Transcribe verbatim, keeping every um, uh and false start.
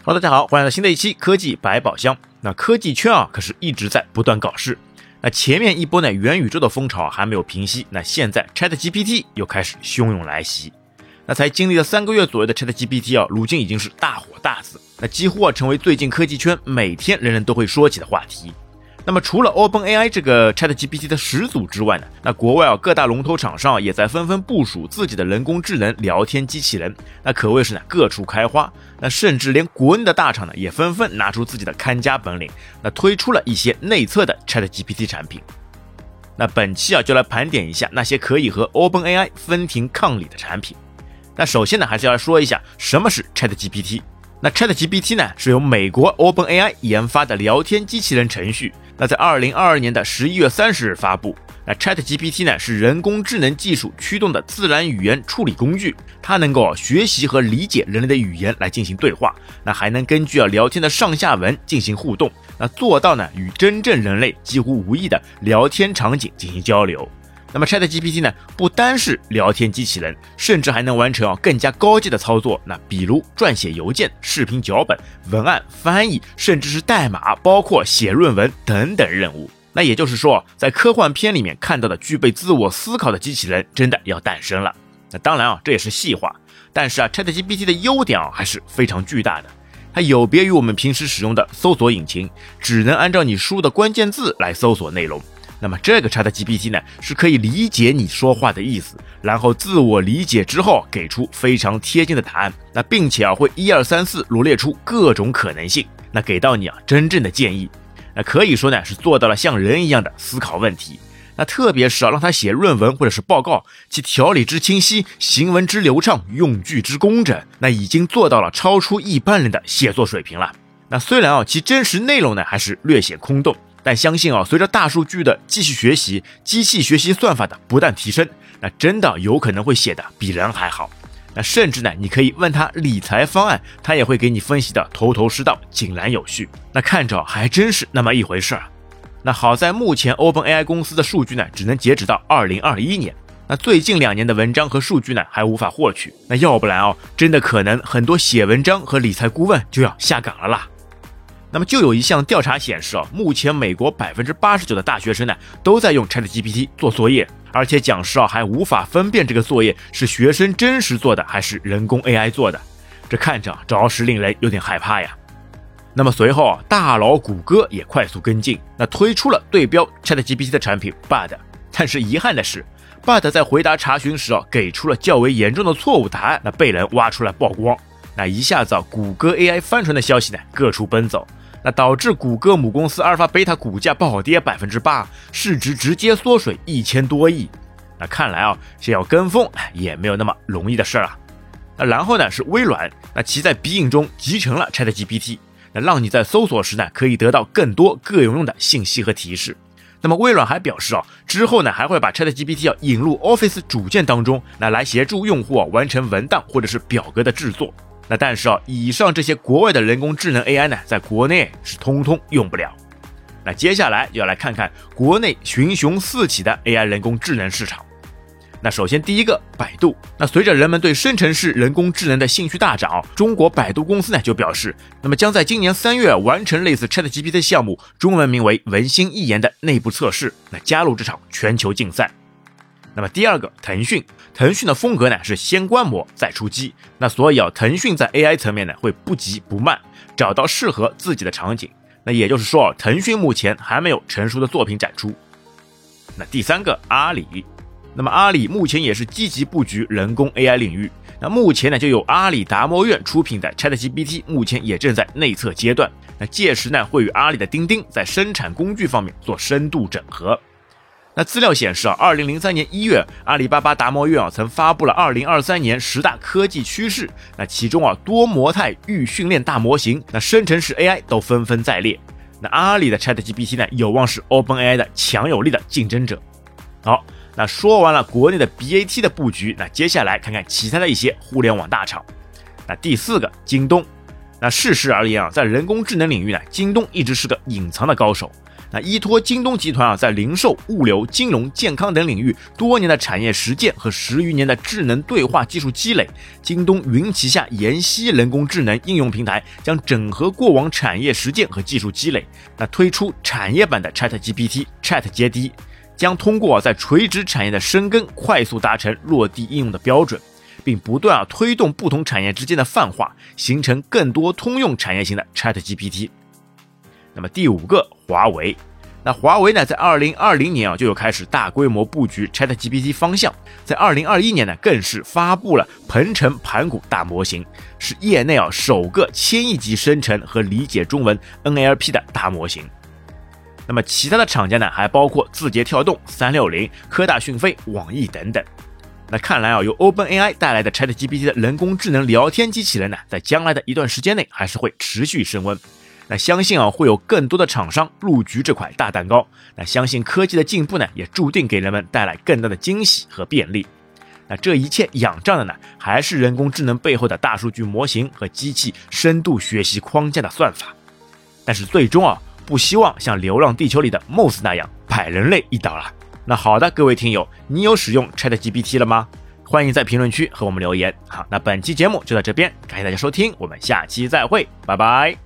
Hello， 大家好，欢迎来到新的一期科技百宝箱。那科技圈啊，可是一直在不断搞事。那前面一波呢元宇宙的风潮啊还没有平息，那现在 ChatGPT 又开始汹涌来袭。那才经历了三个月左右的 ChatGPT 啊，如今已经是大火大紫，那几乎啊成为最近科技圈每天人人都会说起的话题。那么除了 OpenAI 这个 ChatGPT 的始祖之外呢，那国外啊各大龙头厂商也在纷纷部署自己的人工智能聊天机器人，那可谓是呢各处开花。那甚至连国内的大厂呢也纷纷拿出自己的看家本领，那推出了一些内测的 ChatGPT 产品。那本期啊就来盘点一下那些可以和 OpenAI 分庭抗礼的产品。那首先呢还是要来说一下什么是 ChatGPT。那 ChatGPT 呢是由美国 OpenAI 研发的聊天机器人程序，那在二零二二年的十一月三十日发布。那 ChatGPT 呢是人工智能技术驱动的自然语言处理工具，它能够学习和理解人类的语言来进行对话，那还能根据啊聊天的上下文进行互动，那做到呢与真正人类几乎无异的聊天场景进行交流。那么 ChatGPT 呢不单是聊天机器人，甚至还能完成啊更加高阶的操作，那比如撰写邮件、视频脚本、文案翻译，甚至是代码，包括写论文等等任务。那也就是说，在科幻片里面看到的具备自我思考的机器人真的要诞生了。那当然啊，这也是细化，但是啊 ChatGPT 的优点啊还是非常巨大的。它有别于我们平时使用的搜索引擎，只能按照你输入的关键字来搜索内容。那么这个 ChatGPT 呢是可以理解你说话的意思，然后自我理解之后给出非常贴近的答案，那并且啊会一二三四罗列出各种可能性，那给到你啊真正的建议。那可以说呢是做到了像人一样的思考问题。那特别是啊让他写论文或者是报告，其条理之清晰，行文之流畅，用句之工整，那已经做到了超出一般人的写作水平了。那虽然啊其真实内容呢还是略显空洞，但相信啊随着大数据的继续学习，机器学习算法的不断提升，那真的有可能会写的比人还好。那甚至呢你可以问他理财方案，他也会给你分析的头头是道，井然有序。那看着还真是那么一回事啊。那好在目前 OpenAI 公司的数据呢只能截止到二零二一年，那最近两年的文章和数据呢还无法获取，那要不然哦真的可能很多写文章和理财顾问就要下岗了啦。那么就有一项调查显示啊，目前美国 百分之八十九 的大学生呢都在用 ChatGPT 做作业，而且讲师啊还无法分辨这个作业是学生真实做的还是人工 A I 做的，这看着着实令人有点害怕呀。那么随后啊，大佬谷歌也快速跟进，那推出了对标 ChatGPT 的产品 Bard， 但是遗憾的是 Bard 在回答查询时啊给出了较为严重的错误答案，那被人挖出来曝光，那一下子啊谷歌 A I 翻船的消息呢各处奔走，那导致谷歌母公司阿尔法贝塔股价暴跌 百分之八， 市值直接缩水一千多亿。那看来啊想要跟风也没有那么容易的事啊。那然后呢是微软，那其在笔影中集成了 ChatGPT， 那让你在搜索时呢可以得到更多各有用的信息和提示。那么微软还表示啊，之后呢还会把 ChatGPT 啊引入 Office 主件当中，那来协助用户啊完成文档或者是表格的制作。那但是啊，以上这些国外的人工智能 A I 呢，在国内是通通用不了。那接下来就要来看看国内群雄四起的 A I 人工智能市场。那首先第一个，百度。那随着人们对生成式人工智能的兴趣大涨，中国百度公司呢就表示，那么将在今年三月完成类似 ChatGPT 的项目，中文名为文心一言的内部测试，那加入这场全球竞赛。那么第二个，腾讯。腾讯的风格呢是先观摩再出击，那所以啊，腾讯在 A I 层面呢会不急不慢，找到适合自己的场景。那也就是说，腾讯目前还没有成熟的作品展出。那第三个，阿里。那么阿里目前也是积极布局人工 A I 领域。那目前呢就有阿里达摩院出品的 ChatGPT， 目前也正在内测阶段。那届时呢会与阿里的钉钉在生产工具方面做深度整合。那资料显示啊，二零零三年一月，阿里巴巴达摩院啊曾发布了二零二三年十大科技趋势，那其中啊多模态预训练大模型，那生成式 A I 都纷纷在列。那阿里的 ChatGPT 呢有望是 OpenAI 的强有力的竞争者。好，那说完了国内的 B A T 的布局，那接下来看看其他的一些互联网大厂。那第四个，京东。那事实而言啊，在人工智能领域呢，京东一直是个隐藏的高手。 那依托京东集团啊，在零售、物流、金融、健康等领域多年的产业实践和十余年的智能对话技术积累，京东云旗下研析人工智能应用平台将整合过往产业实践和技术积累，那推出产业版的 ChatGPT ChatJD， 将通过在垂直产业的深耕，快速达成落地应用的标准，并不断啊推动不同产业之间的泛化，形成更多通用产业型的 ChatGPT。那么第五个，华为。那华为呢，在二零二零年啊就有开始大规模布局 ChatGPT 方向，在二零二一年呢更是发布了鹏程盘古大模型，是业内啊首个千亿级生成和理解中文 N L P 的大模型。那么其他的厂家呢，还包括字节跳动、三六零、科大讯飞、网易等等。那看来啊，由 OpenAI 带来的 ChatGPT 的人工智能聊天机器人呢，在将来的一段时间内还是会持续升温。那相信啊，会有更多的厂商入局这块大蛋糕。那相信科技的进步呢，也注定给人们带来更大的惊喜和便利。那这一切仰仗的呢，还是人工智能背后的大数据模型和机器深度学习框架的算法。但是最终啊，不希望像《流浪地球》里的 Moss 那样派人类一刀了。那好的，各位听友，你有使用 ChatGPT 了吗？欢迎在评论区和我们留言。好，那本期节目就到这边，感谢大家收听，我们下期再会，拜拜。